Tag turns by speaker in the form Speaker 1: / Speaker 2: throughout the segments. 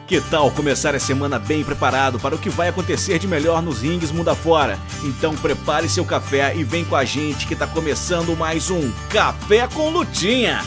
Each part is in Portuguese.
Speaker 1: Que tal começar a semana bem preparado para o que vai acontecer de melhor nos ringues mundo afora? Então prepare seu café e vem com a gente que tá começando mais um Café com Lutinha!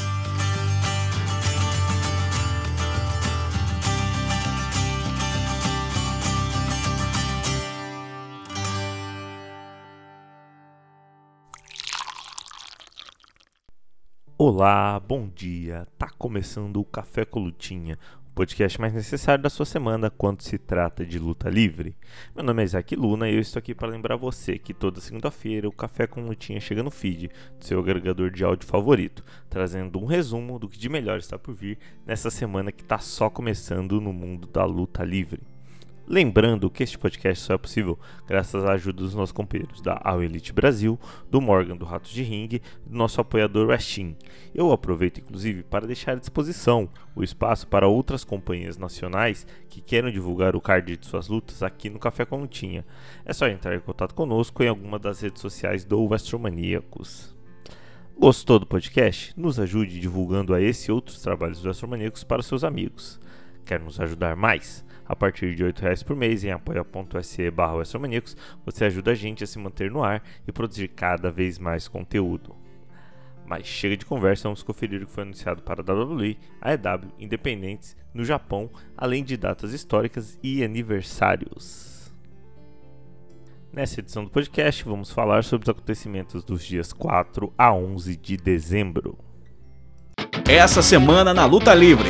Speaker 2: Olá, bom dia! Tá começando o Café com Lutinha, o podcast mais necessário da sua semana quando se trata de luta livre. Meu nome é Isaac Luna e eu estou aqui para lembrar você que toda segunda-feira o Café com Lutinha chega no feed do seu agregador de áudio favorito, trazendo um resumo do que de melhor está por vir nessa semana que está só começando no mundo da luta livre. Lembrando que este podcast só é possível graças à ajuda dos nossos companheiros da All Elite Brasil, do Morgan do Ratos de Ringue e do nosso apoiador Westin. Eu aproveito inclusive para deixar à disposição o espaço para outras companhias nacionais que queiram divulgar o card de suas lutas aqui no Café com Lutinha. É só entrar em contato conosco em alguma das redes sociais do Westromaníacos. Gostou do podcast? Nos ajude divulgando a esse e outros trabalhos do Westromaníacos para os seus amigos. Quer nos ajudar mais? A partir de R$8 por mês em apoia.se/Westromaníacos, você ajuda a gente a se manter no ar e produzir cada vez mais conteúdo. Mas chega de conversa, vamos conferir o que foi anunciado para a WWE, a AEW, independentes no Japão, além de datas históricas e aniversários. Nessa edição do podcast, vamos falar sobre os acontecimentos dos dias 4 a 11 de dezembro.
Speaker 1: Essa semana na luta livre.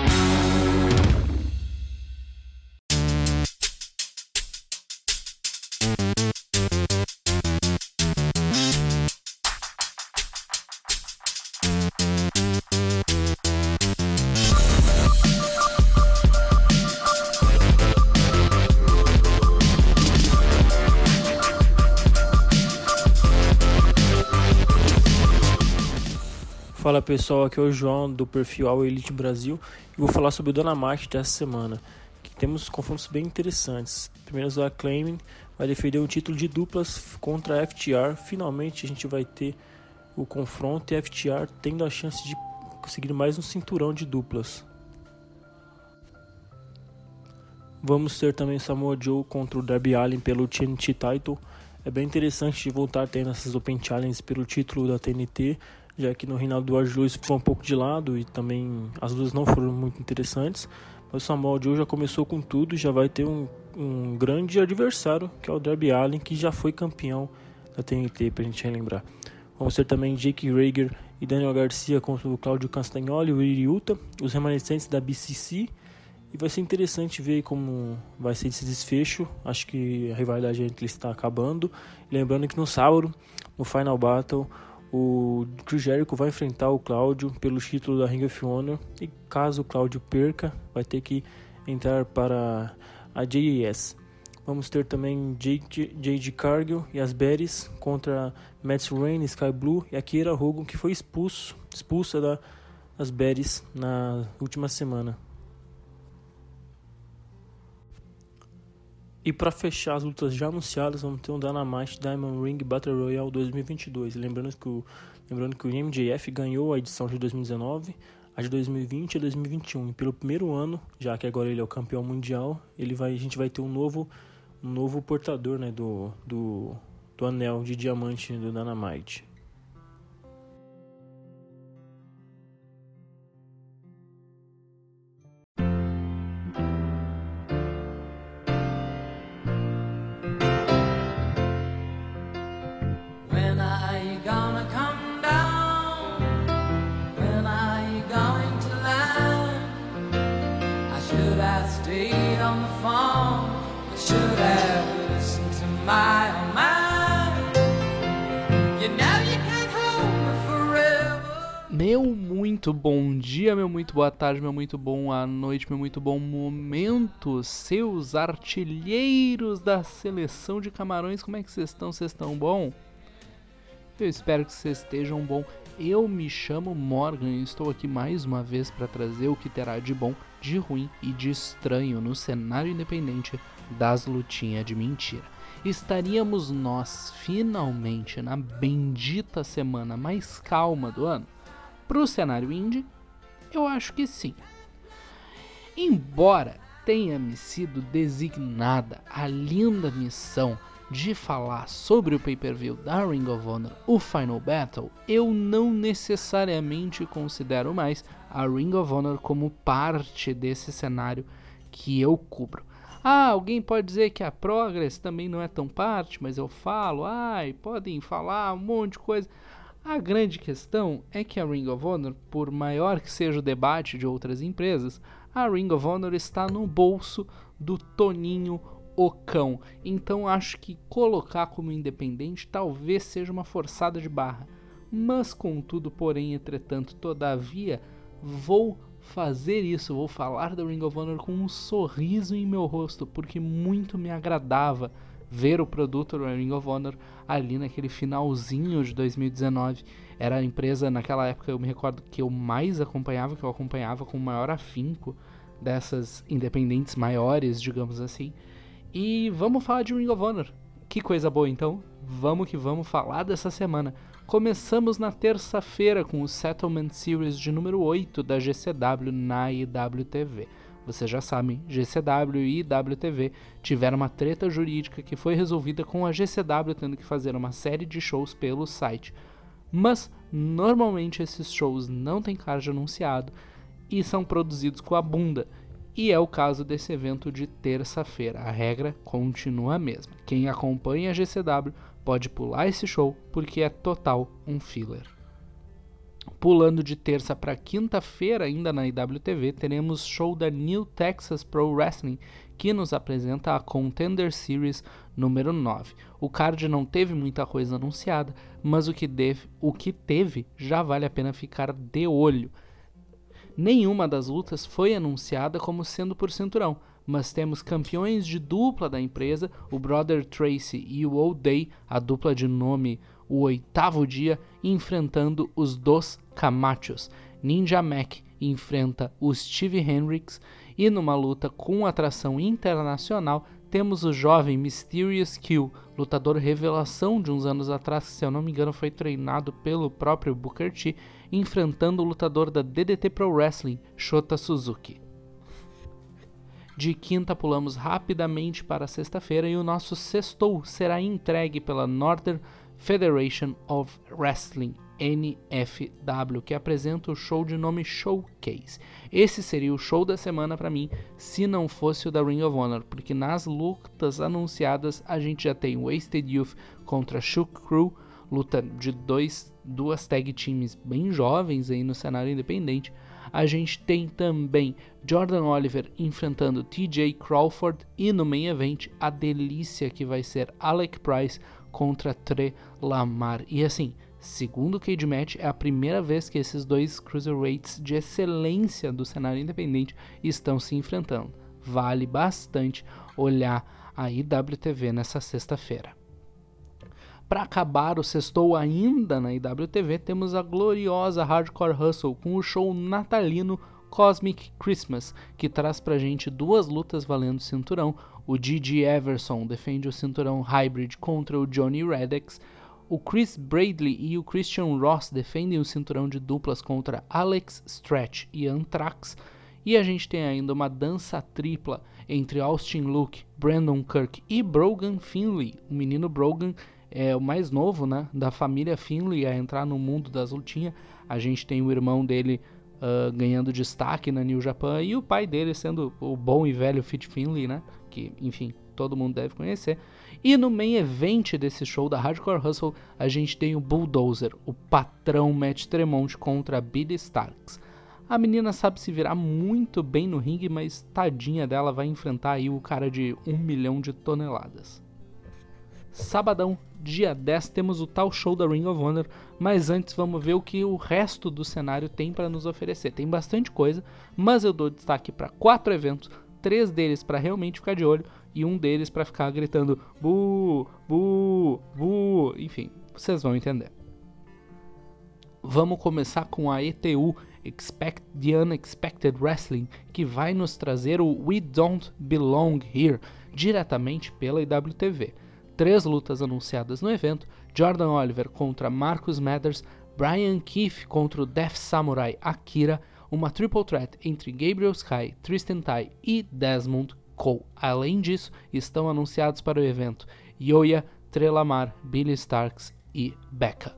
Speaker 3: Fala pessoal, aqui é o João do perfil All Elite Brasil e vou falar sobre o Dynamite dessa semana, que temos confrontos bem interessantes. Primeiro o Acclaim vai defender um título de duplas contra a FTR. Finalmente a gente vai ter o confronto e a FTR tendo a chance de conseguir mais um cinturão de duplas. Vamos ter também Samoa Joe contra o Darby Allin pelo TNT Title. É bem interessante de voltar tendo essas Open Challenges pelo título da TNT, já que no reinado do Edge Lewis ficou um pouco de lado e também as lutas não foram muito interessantes. Mas o Samoa Joe já começou com tudo e já vai ter um grande adversário, que é o Darby Allin, que já foi campeão da TNT, pra gente relembrar. Vamos ter também Jake Hager e Daniel Garcia contra o Claudio Castagnoli e o Iri Uta, os remanescentes da BCC. E vai ser interessante ver como vai ser esse desfecho. Acho que a rivalidade entre eles está acabando. E lembrando que no sábado, no Final Battle, o Chris Jericho vai enfrentar o Claudio pelo título da Ring of Honor. E caso o Claudio perca, vai ter que entrar para a JAS. Vamos ter também Jade Cargill e as Berries contra Matt Rain, Sky Blue e a Kiera Hogan, que foi expulsa das Berries na última semana. E para fechar as lutas já anunciadas, vamos ter um Dynamite Diamond Ring Battle Royale 2022. Lembrando que o MJF ganhou a edição de 2019, a de 2020 e a 2021. E pelo primeiro ano, já que agora ele é o campeão mundial, a gente vai ter um novo portador, né, do anel de diamante do Dynamite.
Speaker 4: Meu muito bom dia, meu muito boa tarde, meu muito boa noite, meu muito bom momento, seus artilheiros da seleção de Camarões, como é que vocês estão? Vocês estão bom? Eu espero que vocês estejam bom. Eu me chamo Morgan e estou aqui mais uma vez para trazer o que terá de bom, de ruim e de estranho no cenário independente das lutinhas de mentira. Estaríamos nós finalmente na bendita semana mais calma do ano? Pro cenário indie, eu acho que sim. Embora tenha-me sido designada a linda missão de falar sobre o pay-per-view da Ring of Honor, o Final Battle, eu não necessariamente considero mais a Ring of Honor como parte desse cenário que eu cubro. Alguém pode dizer que a Progress também não é tão parte, mas eu falo, podem falar um monte de coisa. A grande questão é que a Ring of Honor, por maior que seja o debate de outras empresas, a Ring of Honor está no bolso do Toninho o Cão. Então acho que colocar como independente talvez seja uma forçada de barra. Mas contudo, porém, entretanto, todavia, vou fazer isso, vou falar da Ring of Honor com um sorriso em meu rosto, porque muito me agradava ver o produto da Ring of Honor ali naquele finalzinho de 2019. Era a empresa, naquela época eu me recordo que eu mais acompanhava, que eu acompanhava com o maior afinco dessas independentes maiores, digamos assim. E vamos falar de Ring of Honor. Que coisa boa, então. Vamos que vamos falar dessa semana. Começamos na terça-feira com o Settlement Series de número 8 da GCW na IWTV. Vocês já sabem, GCW e IWTV tiveram uma treta jurídica que foi resolvida com a GCW tendo que fazer uma série de shows pelo site. Mas, normalmente esses shows não têm card anunciado e são produzidos com a bunda. E é o caso desse evento de terça-feira. A regra continua a mesma. Quem acompanha a GCW pode pular esse show porque é total um filler. Pulando de terça para quinta-feira, ainda na IWTV, teremos show da New Texas Pro Wrestling, que nos apresenta a Contender Series número 9. O card não teve muita coisa anunciada, mas o que teve já vale a pena ficar de olho. Nenhuma das lutas foi anunciada como sendo por cinturão, mas temos campeões de dupla da empresa, o Brother Tracy e o All Day, a dupla de nome O Oitavo Dia, enfrentando os dos Camachos. Ninja Mac enfrenta o Steve Hendricks e numa luta com atração internacional temos o jovem Mysterious Q, lutador revelação de uns anos atrás, que se eu não me engano foi treinado pelo próprio Booker T, enfrentando o lutador da DDT Pro Wrestling, Shota Suzuki. De quinta pulamos rapidamente para sexta-feira e o nosso sextou será entregue pela Northern Federation of Wrestling, NFW, que apresenta o show de nome Showcase. Esse seria o show da semana para mim, se não fosse o da Ring of Honor, porque nas lutas anunciadas a gente já tem Wasted Youth contra Shook Crew, luta de duas tag teams bem jovens aí no cenário independente. A gente tem também Jordan Oliver enfrentando TJ Crawford e no main event a delícia que vai ser Alec Price contra Trey Lamar. E assim, segundo o Cage Match, é a primeira vez que esses dois cruiserweights de excelência do cenário independente estão se enfrentando. Vale bastante olhar a IWTV nessa sexta-feira. Para acabar o sextou ainda na IWTV, temos a gloriosa Hardcore Hustle com o show natalino Cosmic Christmas, que traz pra gente duas lutas valendo cinturão. O Gigi Everson defende o cinturão Hybrid contra o Johnny Radix. O Chris Bradley e o Christian Ross defendem o cinturão de duplas contra Alex Stretch e Anthrax. E a gente tem ainda uma dança tripla entre Austin Luke, Brandon Kirk e Brogan Finley. O menino Brogan é o mais novo, né, da família Finley a entrar no mundo das lutinhas. A gente tem o irmão dele ganhando destaque na New Japan e o pai dele sendo o bom e velho Fit Finley, né, que, enfim, todo mundo deve conhecer. E no main event desse show da Hardcore Hustle, a gente tem o Bulldozer, o patrão Matt Tremont contra Billie Starkz. A menina sabe se virar muito bem no ringue, mas tadinha dela vai enfrentar aí o cara de 1 milhão de toneladas. Sabadão, dia 10, temos o tal show da Ring of Honor, mas antes vamos ver o que o resto do cenário tem para nos oferecer. Tem bastante coisa, mas eu dou destaque para 4 eventos, 3 deles para realmente ficar de olho e um deles para ficar gritando bu, bu, bu, enfim, vocês vão entender. Vamos começar com a ETU, Expect the Unexpected Wrestling, que vai nos trazer o We Don't Belong Here, diretamente pela IWTV. 3 lutas anunciadas no evento: Jordan Oliver contra Marcus Mathers, Brian Keefe contra o Death Samurai Akira, uma triple threat entre Gabriel Sky, Tristan Tai e Desmond Cole. Além disso, estão anunciados para o evento Yoya, Trelamar, Billy Starks e Becca.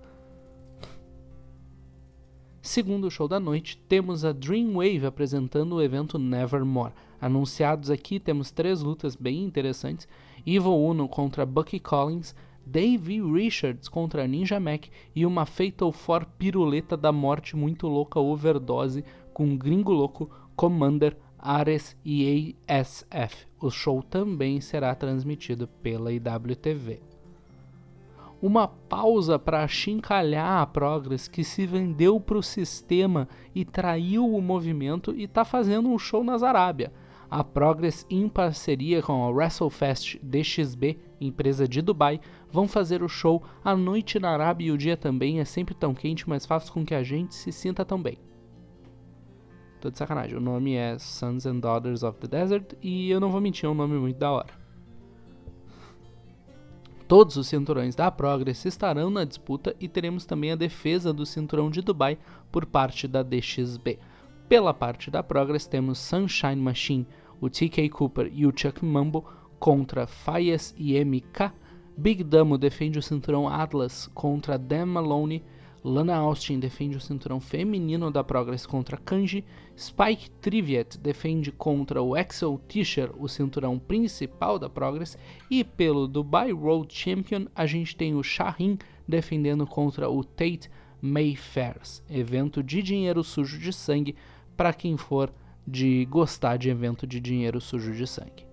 Speaker 4: Segundo show da noite, temos a Dreamwave apresentando o evento Nevermore. Anunciados aqui, temos 3 lutas bem interessantes: Evil Uno contra Bucky Collins, Davey Richards contra Ninja Mac e uma Fatal 4 piruleta da morte muito louca overdose com Gringo Louco, Commander, Ares e ASF. O show também será transmitido pela IWTV. Uma pausa para achincalhar a Progress, que se vendeu para o sistema e traiu o movimento e está fazendo um show nas Arábia. A Progress, em parceria com a WrestleFest DXB, empresa de Dubai, vão fazer o show à noite na Arábia, e o dia também é sempre tão quente, mas faz com que a gente se sinta tão bem. Tô de sacanagem, o nome é Sons and Daughters of the Desert e eu não vou mentir, é um nome muito da hora. Todos os cinturões da Progress estarão na disputa e teremos também a defesa do cinturão de Dubai por parte da DXB. Pela parte da Progress temos Sunshine Machine, o TK Cooper e o Chuck Mambo contra Fayez e MK. Big Damo defende o cinturão Atlas contra Dan Maloney. Lana Austin defende o cinturão feminino da Progress contra Kanji. Spike Triviet defende contra o Axel Tischer o cinturão principal da Progress. E pelo Dubai World Champion a gente tem o Shahin defendendo contra o Tate Mayfairs. Evento de dinheiro sujo de sangue para quem for de gostar de evento de dinheiro sujo de sangue.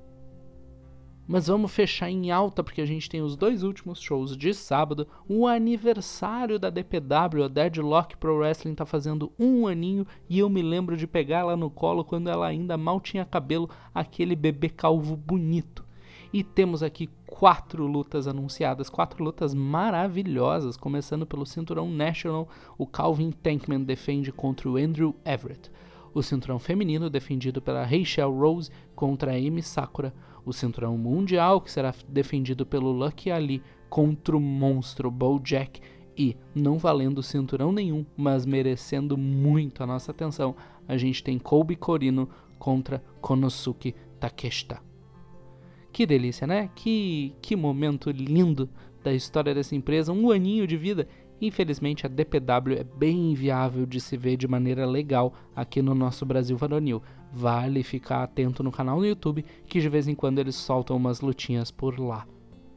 Speaker 4: Mas vamos fechar em alta porque a gente tem os 2 últimos shows de sábado. O aniversário da DPW, a Deadlock Pro Wrestling, tá fazendo 1 aninho e eu me lembro de pegar ela no colo quando ela ainda mal tinha cabelo, aquele bebê calvo bonito. E temos aqui 4 lutas anunciadas, 4 lutas maravilhosas, começando pelo cinturão National. O Calvin Tankman defende contra o Andrew Everett. O cinturão feminino defendido pela Rachel Rose contra a Emi Sakura. O cinturão mundial, que será defendido pelo Lucky Ali contra o monstro Bojack. E, não valendo cinturão nenhum, mas merecendo muito a nossa atenção, a gente tem Colby Corino contra Konosuke Takeshita. Que delícia, né? Que momento lindo da história dessa empresa, 1 aninho de vida. Infelizmente a DPW é bem inviável de se ver de maneira legal aqui no nosso Brasil varonil. Vale ficar atento no canal no YouTube, que de vez em quando eles soltam umas lutinhas por lá.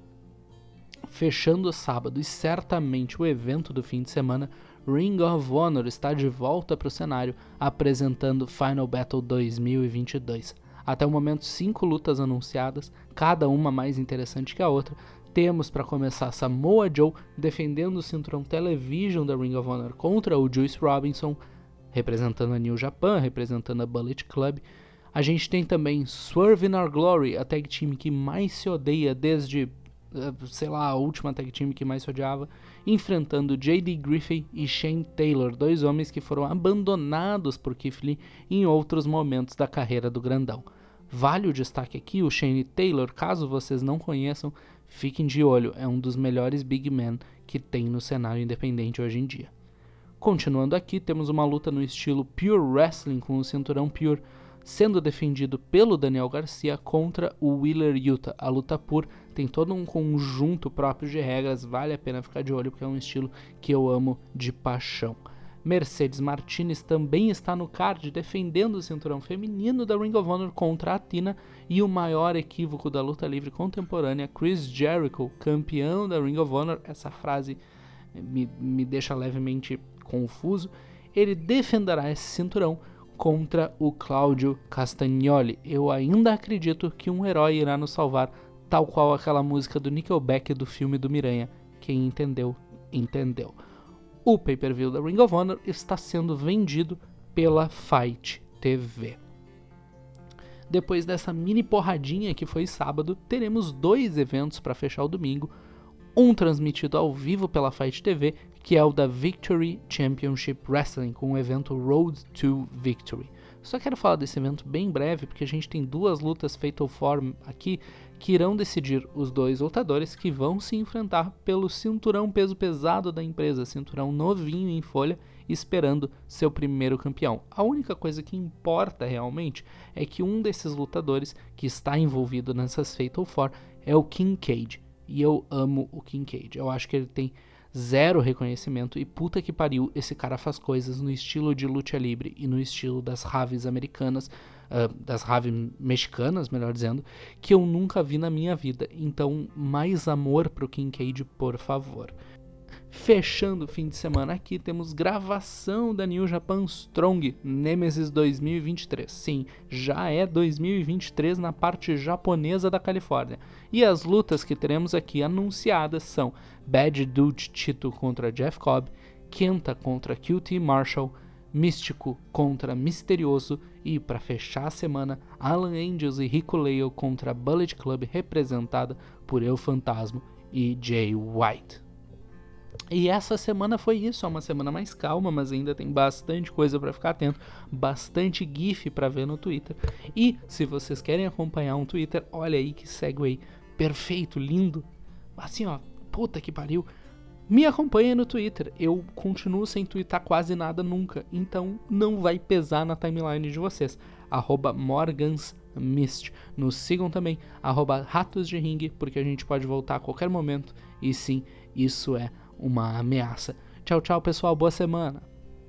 Speaker 4: Fechando o sábado e certamente o evento do fim de semana, Ring of Honor está de volta para o cenário, apresentando Final Battle 2022. Até o momento 5 lutas anunciadas, cada uma mais interessante que a outra. Temos para começar Samoa Joe defendendo o cinturão Television da Ring of Honor contra o Juice Robinson, representando a New Japan, representando a Bullet Club. A gente tem também Swerve in Our Glory, a tag team que mais se odeia desde, a última tag team que mais se odiava, enfrentando J.D. Griffey e Shane Taylor, 2 homens que foram abandonados por Keith Lee em outros momentos da carreira do grandão. Vale o destaque aqui, o Shane Taylor, caso vocês não conheçam, fiquem de olho, é um dos melhores big men que tem no cenário independente hoje em dia. Continuando aqui, temos uma luta no estilo Pure Wrestling com o cinturão Pure sendo defendido pelo Daniel Garcia contra o Wheeler Yuta. A luta Pure tem todo um conjunto próprio de regras, vale a pena ficar de olho porque é um estilo que eu amo de paixão. Mercedes Martinez também está no card defendendo o cinturão feminino da Ring of Honor contra a Tina, e o maior equívoco da luta livre contemporânea, Chris Jericho, campeão da Ring of Honor. Essa frase me deixa levemente confuso. Ele defenderá esse cinturão contra o Claudio Castagnoli. Eu ainda acredito que um herói irá nos salvar, tal qual aquela música do Nickelback do filme do Miranha. Quem entendeu, entendeu. O pay-per-view da Ring of Honor está sendo vendido pela Fight TV. Depois dessa mini porradinha que foi sábado, teremos 2 eventos para fechar o domingo. Um transmitido ao vivo pela Fight TV, que é o da Victory Championship Wrestling, com o evento Road to Victory. Só quero falar desse evento bem breve, porque a gente tem 2 lutas Fatal 4 aqui, que irão decidir os dois lutadores que vão se enfrentar pelo cinturão peso pesado da empresa, cinturão novinho em folha, esperando seu primeiro campeão. A única coisa que importa realmente é que um desses lutadores que está envolvido nessas Fatal 4 é o Kincaid, e eu amo o Kincaid. Eu acho que ele tem zero reconhecimento e puta que pariu, esse cara faz coisas no estilo de luta livre e no estilo das Raves americanas, das Raves mexicanas, melhor dizendo, que eu nunca vi na minha vida. Então, mais amor pro Kincaid, por favor. Fechando o fim de semana aqui, temos gravação da New Japan Strong Nemesis 2023. Sim, já é 2023 na parte japonesa da Califórnia. E as lutas que teremos aqui anunciadas são Bad Dude Tito contra Jeff Cobb, Kenta contra QT Marshall, Místico contra Misterioso e, para fechar a semana, Alan Angels e Rico Leo contra Bullet Club, representada por El Fantasma e Jay White. E essa semana foi isso, é uma semana mais calma, mas ainda tem bastante coisa para ficar atento, bastante gif para ver no Twitter. E se vocês querem acompanhar um Twitter, olha aí que segue perfeito, lindo, assim ó, puta que pariu. Me acompanha no Twitter, eu continuo sem twittar quase nada nunca, então não vai pesar na timeline de vocês. @morgansmist. Nos sigam também, @ratosderingue, porque a gente pode voltar a qualquer momento, e sim, isso é uma ameaça. Tchau, tchau, pessoal. Boa semana.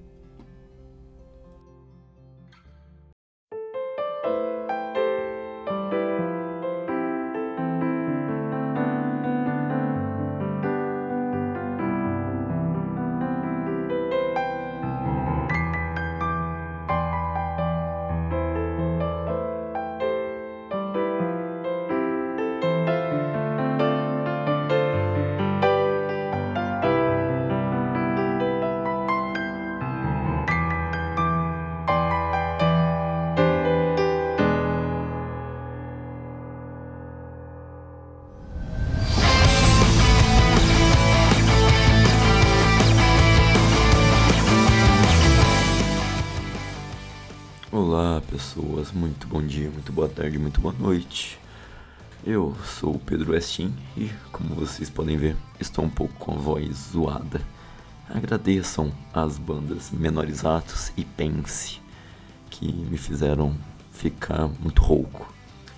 Speaker 5: Olá pessoas, muito bom dia, muito boa tarde, muito boa noite. Eu sou o Pedro Westin e, como vocês podem ver, estou um pouco com a voz zoada. Agradeçam as bandas Menores Atos e Pense, que me fizeram ficar muito rouco.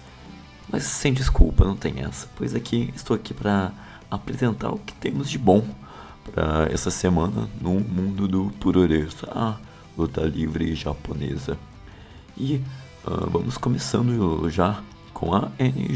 Speaker 5: Mas sem desculpa, não tem essa, pois estou aqui para apresentar o que temos de bom para essa semana no mundo do puroreço, a luta livre japonesa. E vamos começando já com a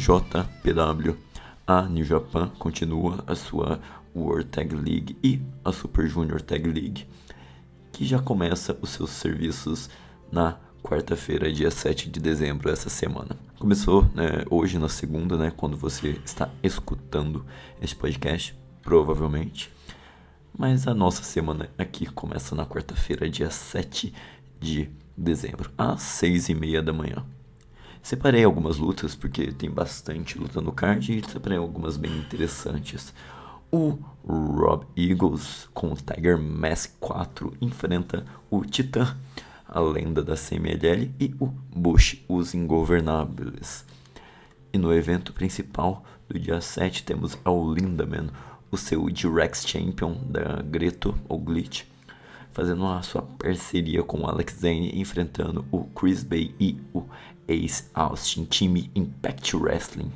Speaker 5: NJPW. A New Japan continua a sua World Tag League e a Super Junior Tag League, que já começa os seus serviços na quarta-feira, dia 7 de dezembro, essa semana. Começou hoje na segunda, quando você está escutando este podcast, provavelmente. Mas a nossa semana aqui começa na quarta-feira, dia 7 de dezembro, às 6:30 da manhã. Separei algumas lutas, porque tem bastante luta no card, e separei algumas bem interessantes. O Rob Eagles, com o Tiger Mask 4, enfrenta o Titã, a lenda da CMLL, e o Bush, os Ingovernáveis. E no evento principal do dia 7 temos ao Lindaman, o seu Direct Champion da Greto, ou Glitch, fazendo a sua parceria com o Alex Zane, enfrentando o Chris Bay e o Ace Austin, time Impact Wrestling.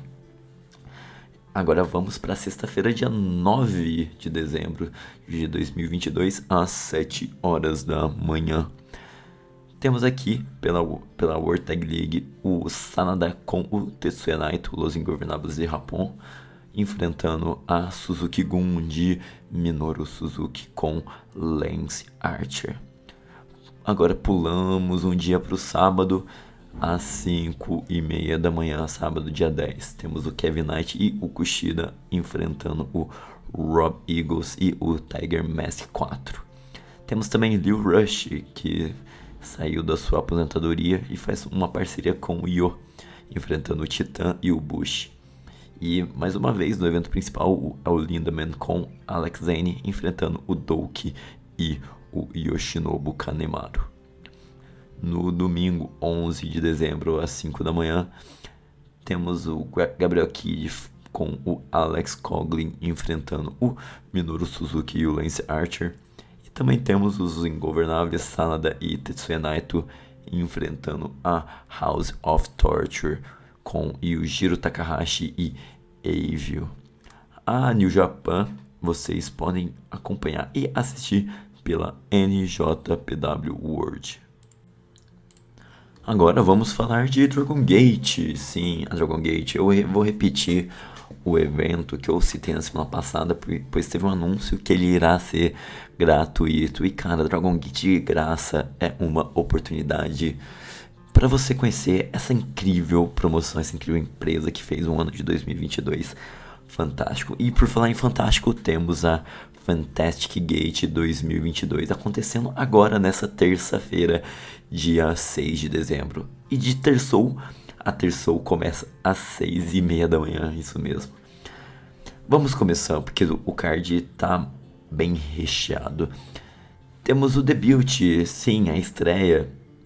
Speaker 5: Agora vamos para sexta-feira, dia 9 de dezembro de 2022, às 7 horas da manhã. Temos aqui, pela World Tag League, o Sanada com o Tetsuya Naito, Los Ingovernáveis de Japão, enfrentando a Suzuki Gun de Minoru Suzuki com Lance Archer. Agora pulamos um dia para o sábado, às 5:30 da manhã, sábado dia 10. Temos o Kevin Knight e o Kushida enfrentando o Rob Eagles e o Tiger Mask 4. Temos também Lil Rush, que saiu da sua aposentadoria e faz uma parceria com o Yo, enfrentando o Titã e o Bush. E mais uma vez no evento principal, o Lindaman com Alex Zane enfrentando o Douki e o Yoshinobu Kanemaru. No domingo 11 de dezembro, às 5 da manhã, Temos o Gabriel Kidd com o Alex Coughlin enfrentando o Minoru Suzuki e o Lance Archer. E também temos os ingovernáveis Sanada e Tetsuya Naito enfrentando a House of Torture com Yujiro Takahashi e Evil. A New Japan vocês podem acompanhar e assistir pela NJPW World. Agora vamos falar de Dragon Gate. Sim, a Dragon Gate. Eu vou repetir o evento que eu citei na semana passada, pois teve um anúncio que ele irá ser gratuito. E cara, Dragon Gate de graça é uma oportunidade para você conhecer essa incrível promoção, essa incrível empresa que fez um ano de 2022 fantástico. E por falar em fantástico, temos a Fantastic Gate 2022 acontecendo agora nessa terça-feira, dia 6 de dezembro. E de terçou, a terçou começa às 6h30 da manhã, isso mesmo. Vamos começar, porque o card tá bem recheado. Temos o debut, sim, a estreia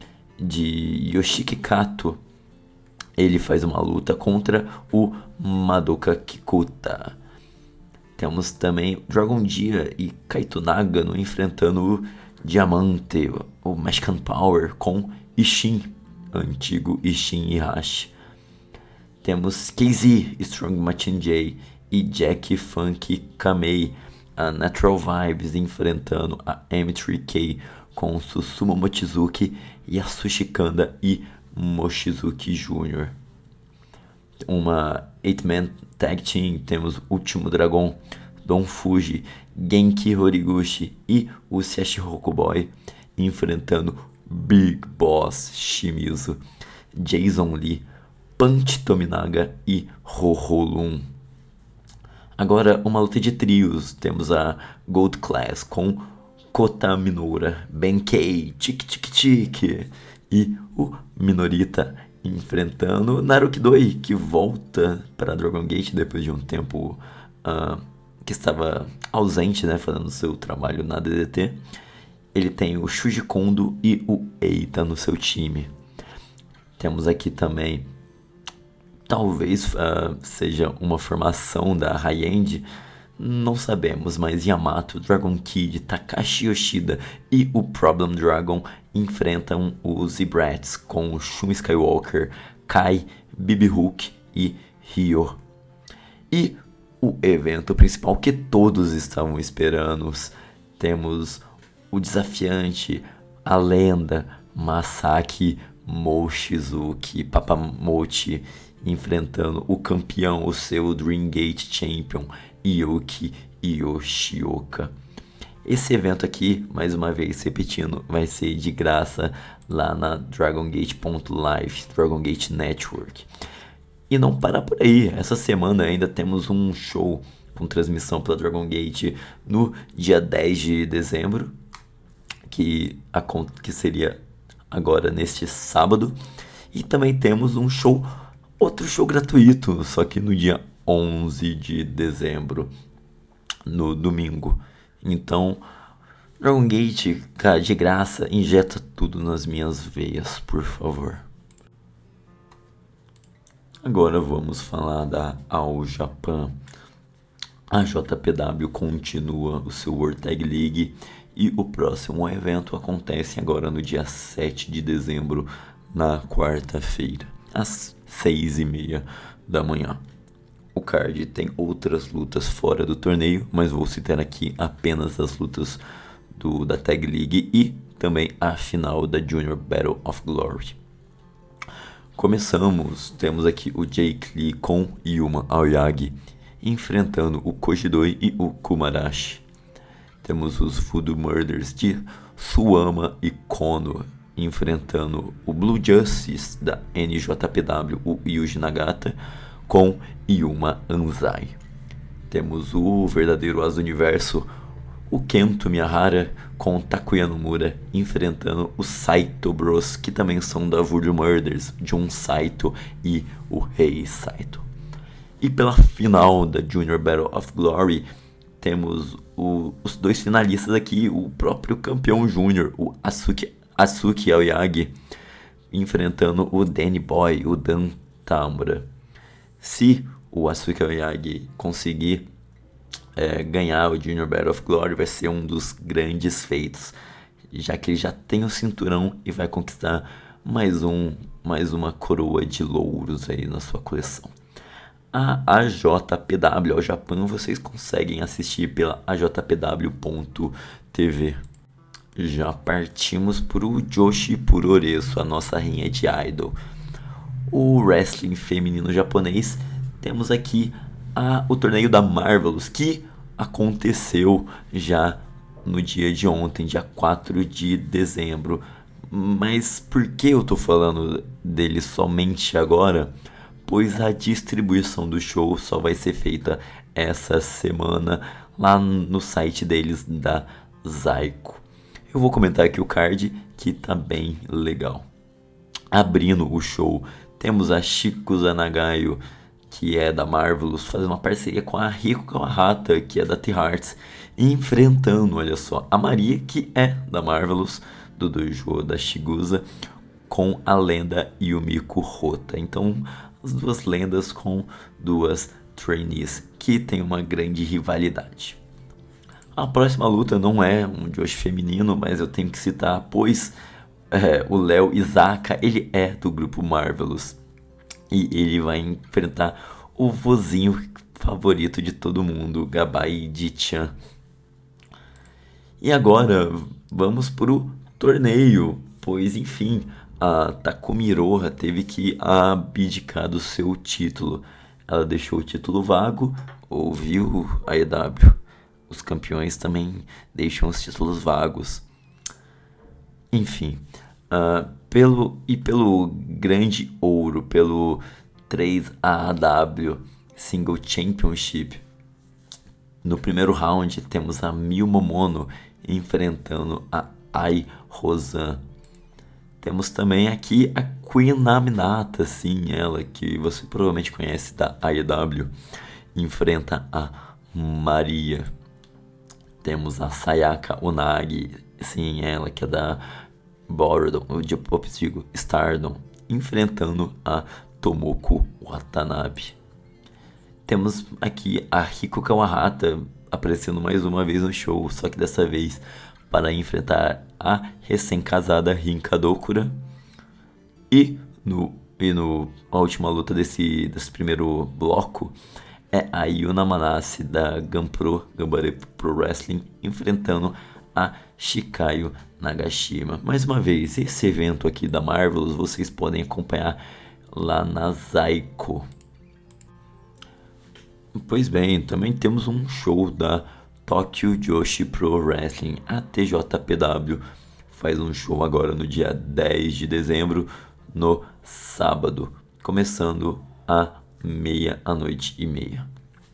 Speaker 5: de Yoshiki Kato. Ele faz uma luta contra o Madoka Kikuta. Temos também Dragon Dia e Kaito Nagano enfrentando o Diamante, o Mexican Power, com Ishin, antigo Ishin Ihashi. Temos KZ, Strong Machin J e Jack Funk Kamei, a Natural Vibes enfrentando a M3K com Susumu Mochizuki, Yasushi Kanda e Mochizuki Jr. Uma 8-man tag team, temos Último Dragão, Don Fuji, Genki Horiguchi e o Sashiro Boy enfrentando Big Boss Shimizu, Jason Lee, Punch Tominaga e Roholun. Agora uma luta de trios, temos a Gold Class com Kota Minoura, Benkei, Tiki Tiki Tiki e o Minorita enfrentando Naruki Doi, que volta para Dragon Gate depois de um tempo que estava ausente, né, fazendo seu trabalho na DDT. Ele tem o Shuji Kondo e o Eita no seu time. Temos aqui também, talvez seja uma formação da High-End, não sabemos, mas Yamato, Dragon Kid, Takashi Yoshida e o Problem Dragon enfrentam os Z-Brats com o Shun Skywalker, Kai, Bibi Hook e Ryo. E o evento principal que todos estavam esperando, temos o desafiante, a lenda Masaki Mochizuki Papamochi enfrentando o campeão, o seu Dream Gate Champion, Yuki Yoshioka. Esse evento aqui, mais uma vez repetindo, vai ser de graça lá na DragonGate.live, Dragon Gate Network. E não para por aí, essa semana ainda temos um show com transmissão pela Dragon Gate no dia 10 de dezembro, que seria agora neste sábado. E também temos outro show gratuito, só que no dia 11 de dezembro, no domingo. Então, Dragon Gate, cara, de graça, injeta tudo nas minhas veias, por favor. Agora vamos falar da All Japan. A JPW continua o seu World Tag League e o próximo evento acontece agora no dia 7 de dezembro, na quarta-feira, às 6h30 da manhã. O card tem outras lutas fora do torneio, mas vou citar aqui apenas as lutas da Tag League e também a final da Junior Battle of Glory. Temos aqui o Jake Lee com Yuma Aoyagi enfrentando o Kojidoi e o Kumarashi. Temos os Voodoo Murders de Suama e Kono enfrentando o Blue Justice da NJPW, o Yuji Nagata, com Yuma Anzai. Temos o verdadeiro As do Universo, o Kento Miyahara, com Takuya Nomura, enfrentando os Saito Bros, que também são da Voodoo Murders, Jun Saito e o Rei Saito. E pela final da Junior Battle of Glory, temos os dois finalistas aqui, o próprio campeão júnior, o Asuki Aoyagi, enfrentando o Danny Boy, o Dan Tamura. Se o Asuka Miyagi conseguir ganhar o Junior Battle of Glory, vai ser um dos grandes feitos, já que ele já tem o cinturão e vai conquistar mais uma coroa de louros aí na sua coleção. A AJPW ao Japão vocês conseguem assistir pela ajpw.tv. Já partimos para o Joshi Puroresu, a nossa rainha de idol. O wrestling feminino japonês, temos aqui o torneio da Marvelous, que aconteceu já no dia de ontem, dia 4 de dezembro. Mas por que eu tô falando dele somente agora? Pois a distribuição do show só vai ser feita essa semana lá no site deles da Zaiko. Eu vou comentar aqui o card, que tá bem legal. Abrindo o show, temos a Shiko Zanagayo, que é da Marvelous, fazendo uma parceria com a Riko Kawahata, que é da T-Hearts, enfrentando, olha só, a Maria, que é da Marvelous, do dojo da Shigusa, com a lenda Yumiko Hota. Então, as duas lendas com duas trainees que tem uma grande rivalidade. A próxima luta não é um Joshi feminino, mas eu tenho que citar, pois o Léo Isaka, ele é do grupo Marvelous. E ele vai enfrentar o vozinho favorito de todo mundo, Gabai Ji-chan. E agora, vamos pro torneio, pois enfim, a Takumi Iroha teve que abdicar do seu título. Ela deixou o título vago, ouviu a EW. Os campeões também deixam os títulos vagos. Enfim, pelo grande ouro, pelo 3AW Single Championship, no primeiro round temos a Miu Momono enfrentando a Ai Rosan. Temos também aqui a Queen Naminata, sim, ela que você provavelmente conhece da AEW, enfrenta a Maria. Temos a Sayaka Unagi, sim, ela que é da Stardom, enfrentando a Tomoko Watanabe. Temos aqui a Riko Kawahata aparecendo mais uma vez no show, só que dessa vez para enfrentar a recém-casada Rinka Dokura. E a última luta desse primeiro bloco é a Yuna Manase da Ganbare Pro Wrestling enfrentando a Shikayo Nagashima. Mais uma vez, esse evento aqui da Marvelous vocês podem acompanhar lá na Zaiko. Pois bem, também temos um show da Tokyo Joshi Pro Wrestling. A TJPW faz um show agora no dia 10 de dezembro, no sábado, começando à 00:30.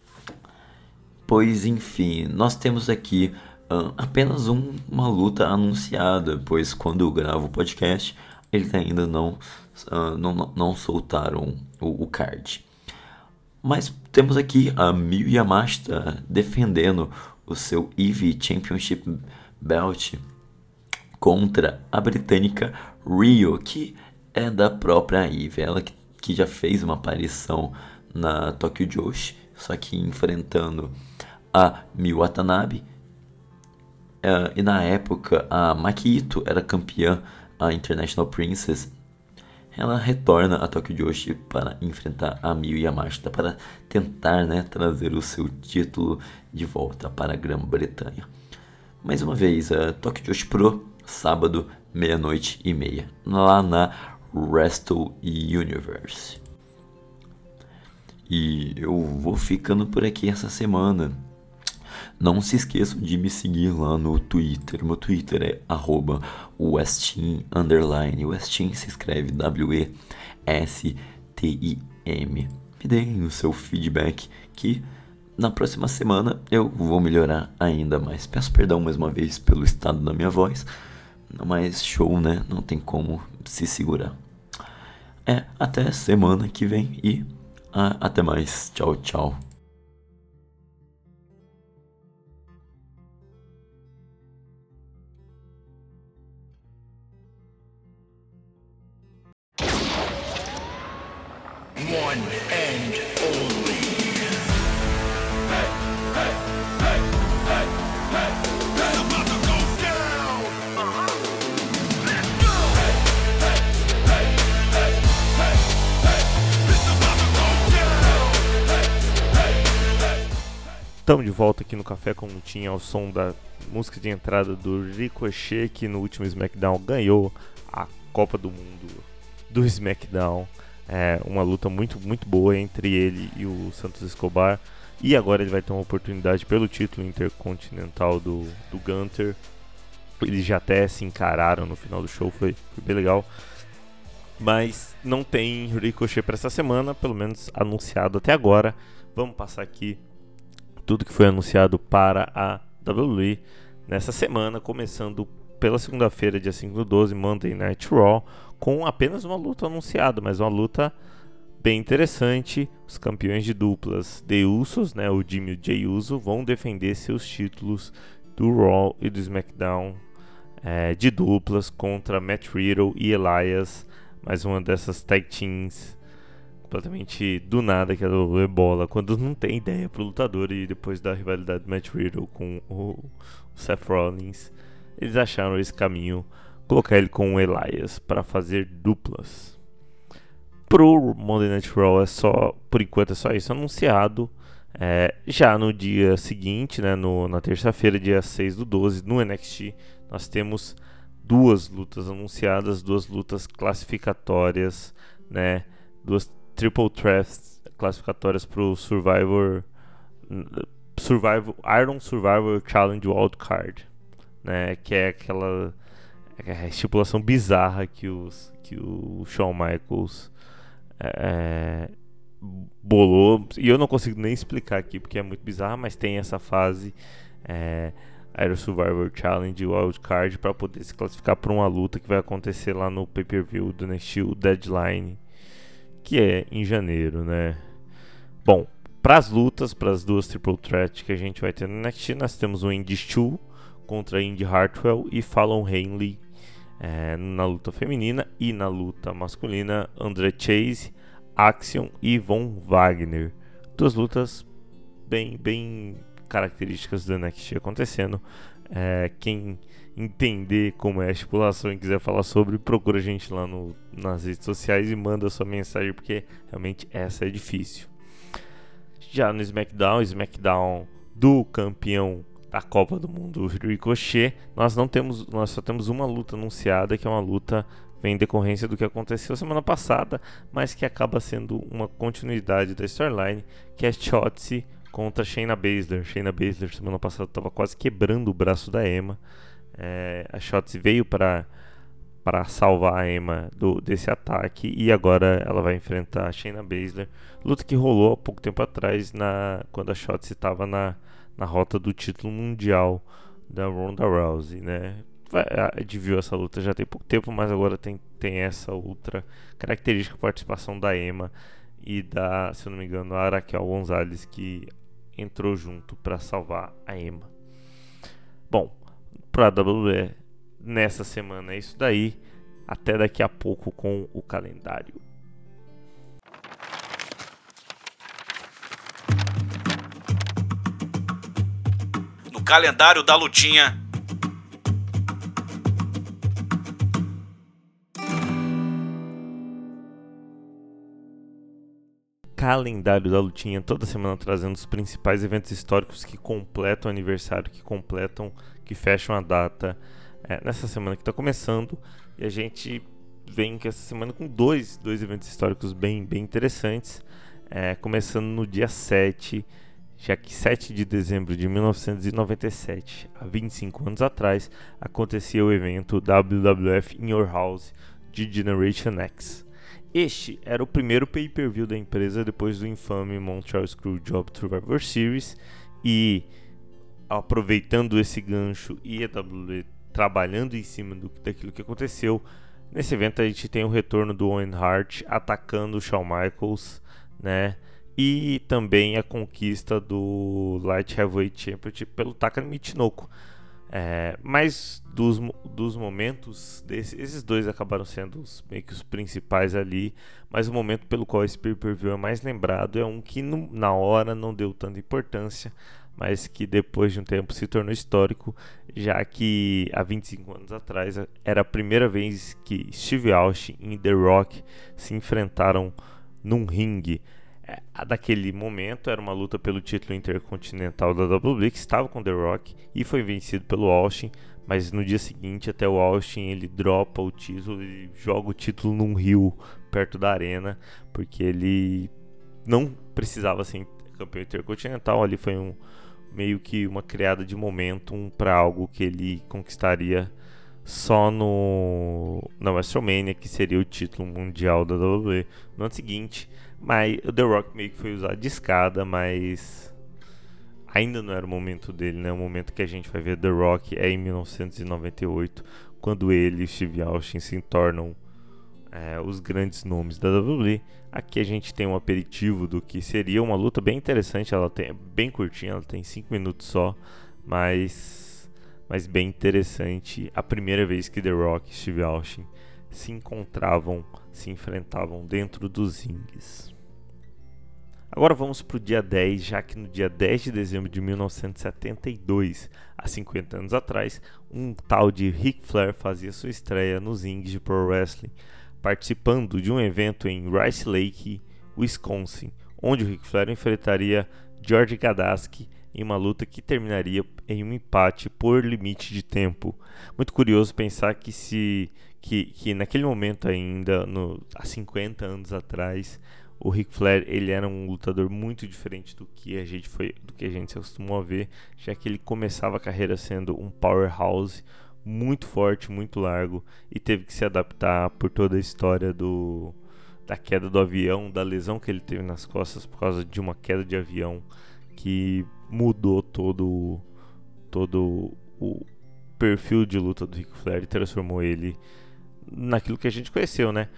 Speaker 5: Pois enfim, nós temos aqui apenas uma luta anunciada, pois quando eu gravo o podcast, eles ainda não soltaram o card. Mas temos aqui a Miyu Yamashita defendendo o seu EVE Championship Belt contra a britânica Rio, que é da própria EVE, ela que já fez uma aparição na Tokyo Joshi, só que enfrentando a Miyu Watanabe. E na época a Maki Ito era campeã, a International Princess. Ela retorna a Tokyo Joshi para enfrentar a Miyu Yamashita para tentar, trazer o seu título de volta para a Grã-Bretanha. Mais uma vez, a Tokyo Joshi Pro, sábado, 00:30, lá na Wrestle Universe. E eu vou ficando por aqui essa semana. Não se esqueçam de me seguir lá no Twitter. Meu Twitter é @Westin_. Westin se escreve WESTIM. Me deem o seu feedback que na próxima semana eu vou melhorar ainda mais. Peço perdão mais uma vez pelo estado da minha voz, mas show, não tem como se segurar. Até semana que vem e até mais. Tchau, tchau.
Speaker 6: One and
Speaker 2: Estamos de volta aqui no Café com Lutinha ao som da música de entrada do Ricochet, que no último SmackDown ganhou a Copa do Mundo do SmackDown. Uma luta muito boa entre ele e o Santos Escobar. E agora ele vai ter uma oportunidade pelo título intercontinental do Gunther. Eles já até se encararam no final do show, foi bem legal. Mas não tem Ricochet para essa semana, pelo menos anunciado até agora. Vamos passar aqui tudo que foi anunciado para a WWE nessa semana, começando pela segunda-feira, dia 5/12, Monday Night Raw, com apenas uma luta anunciada, mas uma luta bem interessante. Os campeões de duplas The Usos, né, o Jimmy e o Jey Uso, vão defender seus títulos do Raw e do SmackDown de duplas contra Matt Riddle e Elias, mais uma dessas tag teams completamente do nada, que é do Ebola, quando não tem ideia pro lutador. E depois da rivalidade do Matt Riddle com o Seth Rollins, eles acharam esse caminho, colocar ele com o Elias para fazer duplas. Pro Monday Night Raw por enquanto é só isso anunciado. Já no dia seguinte, né, na terça-feira, dia 6/12, no NXT, nós temos duas lutas anunciadas, duas lutas classificatórias, né, duas Triple Threats classificatórias para o Iron Survivor Challenge Wild Card, né, que é aquela estipulação bizarra que o Shawn Michaels bolou, e eu não consigo nem explicar aqui porque é muito bizarra, mas tem essa fase Iron Survivor Challenge Wild Card para poder se classificar para uma luta que vai acontecer lá no pay-per-view do NXT, o Deadline, que é em janeiro, né? Bom, para as lutas, para as duas Triple Threat que a gente vai ter no NXT, nós temos o Indy Stu contra Indy Hartwell e Fallon Henley na luta feminina, e na luta masculina, André Chase, Axiom e Von Wagner. Duas lutas bem características do NXT acontecendo. Quem entender como é a estipulação e quiser falar sobre, procura a gente lá nas redes sociais e manda sua mensagem, porque realmente essa é difícil. Já no SmackDown do campeão da Copa do Mundo, Ricochet, nós só temos uma luta anunciada, que é uma luta vem em decorrência do que aconteceu semana passada, mas que acaba sendo uma continuidade da storyline, que é Shotzi contra Shayna Baszler. Shayna Baszler semana passada estava quase quebrando o braço da Emma. A Shotzi veio para salvar a Emma desse ataque, e agora ela vai enfrentar a Shayna Baszler. Luta que rolou há pouco tempo atrás, quando a Shotzi estava na rota do título mundial da Ronda Rousey, né? A gente viu essa luta já tem pouco tempo, mas agora tem essa outra característica, participação da Emma e se eu não me engano, a Raquel Gonzalez, que entrou junto para salvar a Emma. Bom, para a WWE nessa semana é isso daí. Até daqui a pouco com o calendário.
Speaker 1: No calendário da lutinha.
Speaker 2: Calendário da lutinha, toda semana trazendo os principais eventos históricos que completam o aniversário, que fecham a data nessa semana que está começando. E a gente vem com essa semana com dois eventos históricos bem interessantes, começando no dia 7, já que 7 de dezembro de 1997, há 25 anos atrás, acontecia o evento WWF In Your House de Generation X. Este era o primeiro pay-per-view da empresa depois do infame Montreal Screwjob Survivor Series, e aproveitando esse gancho e a WWE trabalhando em cima daquilo que aconteceu, nesse evento a gente tem o retorno do Owen Hart atacando o Shawn Michaels, né? E também a conquista do Light Heavyweight Championship pelo Taka Michinoku. Mas dos momentos esses dois acabaram sendo meio que os principais ali, mas o momento pelo qual esse pay-per-view é mais lembrado é um que na hora não deu tanta importância, mas que depois de um tempo se tornou histórico, já que há 25 anos atrás era a primeira vez que Steve Austin e The Rock se enfrentaram num ringue. A daquele momento era uma luta pelo título intercontinental da WWE, que estava com The Rock e foi vencido pelo Austin, mas no dia seguinte até o Austin ele dropa o título e joga o título num rio perto da arena, porque ele não precisava ser campeão intercontinental. Ali foi meio que uma criada de momentum para algo que ele conquistaria só na WrestleMania, que seria o título mundial da WWE no ano seguinte. Mas o The Rock meio que foi usado de escada, mas ainda não era o momento dele, né? O momento que a gente vai ver The Rock é em 1998, quando ele e Steve Austin se tornam os grandes nomes da WWE. Aqui a gente tem um aperitivo do que seria uma luta bem interessante. Ela é bem curtinha, ela tem 5 minutos só, mas bem interessante. A primeira vez que The Rock e Steve Austin se enfrentavam dentro dos rings. Agora vamos para o dia 10, já que no dia 10 de dezembro de 1972, há 50 anos atrás, um tal de Ric Flair fazia sua estreia nos rings de Pro Wrestling, participando de um evento em Rice Lake, Wisconsin, onde o Ric Flair enfrentaria George Gadaski em uma luta que terminaria em um empate por limite de tempo. Muito curioso pensar que naquele momento ainda, há 50 anos atrás, o Ric Flair ele era um lutador muito diferente do que a gente se acostumou a ver, já que ele começava a carreira sendo um powerhouse muito forte, muito largo, e teve que se adaptar por toda a história da queda do avião, da lesão que ele teve nas costas por causa de uma queda de avião que mudou todo o perfil de luta do Ric Flair e transformou ele naquilo que a gente conheceu, né?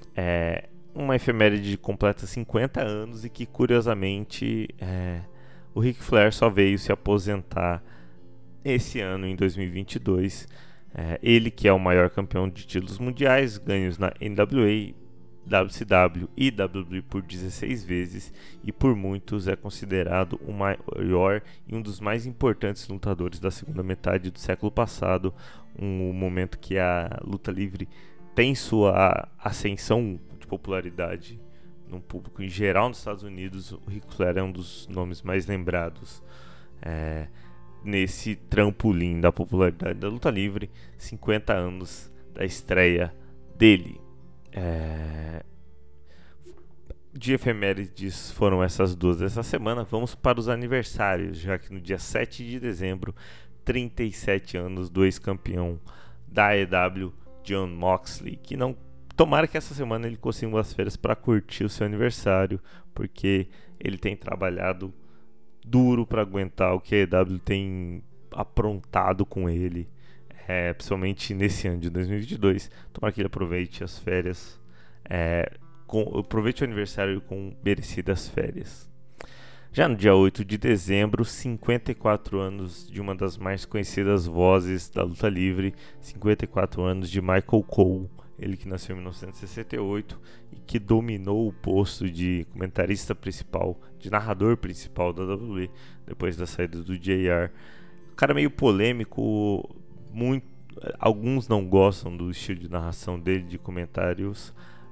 Speaker 2: Uma efeméride completa 50 anos e que, curiosamente, o Ric Flair só veio se aposentar esse ano, em 2022. Ele que é o maior campeão de títulos mundiais, ganhos na NWA, WCW e WWE por 16 vezes, e por muitos é considerado o maior e um dos mais importantes lutadores da segunda metade do século passado, um momento que a luta livre tem sua ascensão de popularidade no público em geral nos Estados Unidos. O Ric Flair é um dos nomes mais lembrados nesse trampolim da popularidade da luta livre. 50 anos da estreia dele. De efemérides foram essas duas dessa semana. Vamos para os aniversários, já que no dia 7 de dezembro, 37 anos do ex-campeão da AEW, Jon Moxley, que não... Tomara que essa semana ele consiga umas férias para curtir o seu aniversário, porque ele tem trabalhado duro para aguentar o que a AEW tem aprontado com ele, principalmente nesse ano de 2022. Tomara que ele aproveite as férias, aproveite o aniversário com merecidas férias. Já no dia 8 de dezembro, 54 anos de uma das mais conhecidas vozes da luta livre, 54 anos de Michael Cole, ele que nasceu em 1968 e que dominou o posto de comentarista principal, de narrador principal da WWE, depois da saída do JR. Um cara meio polêmico, alguns não gostam do estilo de narração dele, de comentários,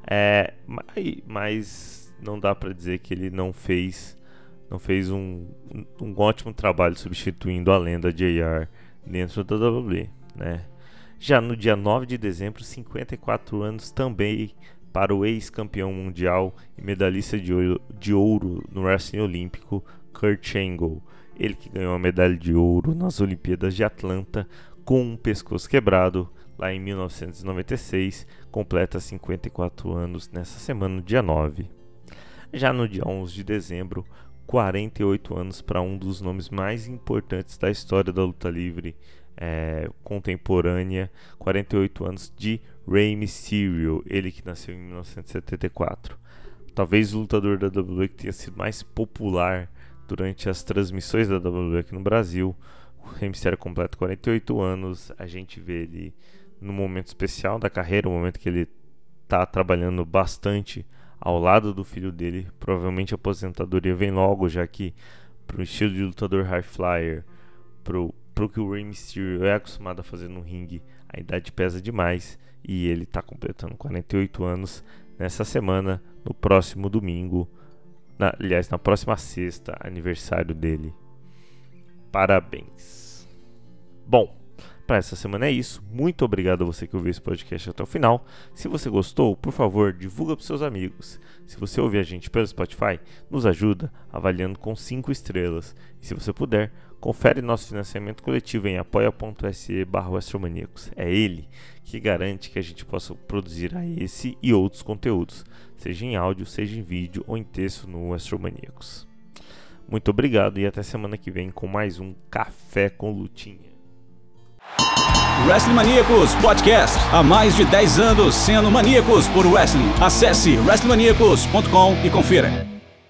Speaker 2: mas não dá para dizer que ele não fez um ótimo trabalho substituindo a lenda JR dentro da WWE, né? Já no dia 9 de dezembro, 54 anos também para o ex-campeão mundial e medalhista de ouro no wrestling olímpico, Kurt Angle. Ele que ganhou a medalha de ouro nas Olimpíadas de Atlanta com um pescoço quebrado lá em 1996, completa 54 anos nessa semana, no dia 9. Já no dia 11 de dezembro, 48 anos para um dos nomes mais importantes da história da luta livre contemporânea, 48 anos de Rey Mysterio, ele que nasceu em 1974. Talvez o lutador da WWE que tenha sido mais popular durante as transmissões da WWE aqui no Brasil. O Rey Mysterio completa 48 anos, a gente vê ele num momento especial da carreira, um momento que ele está trabalhando bastante ao lado do filho dele. Provavelmente a aposentadoria vem logo, já que para o estilo de lutador high flyer, pro que o Rey Mysterio é acostumado a fazer no ringue, a idade pesa demais, e ele está completando 48 anos nessa semana, no próximo domingo, Na próxima sexta, aniversário dele. Parabéns. Bom, para essa semana é isso. Muito obrigado a você que ouviu esse podcast até o final. Se você gostou, por favor, divulga para seus amigos. Se você ouvir a gente pelo Spotify, nos ajuda avaliando com 5 estrelas. E se você puder, confere nosso financiamento coletivo em apoia.se/astromaníacos. É ele que garante que a gente possa produzir esse e outros conteúdos, seja em áudio, seja em vídeo ou em texto no Astromaníacos. Muito obrigado e até semana que vem com mais um Café com Lutinha.
Speaker 1: Wrestling Maníacos Podcast. Há mais de 10 anos sendo maníacos por wrestling. Acesse wrestlingmaníacos.com e confira.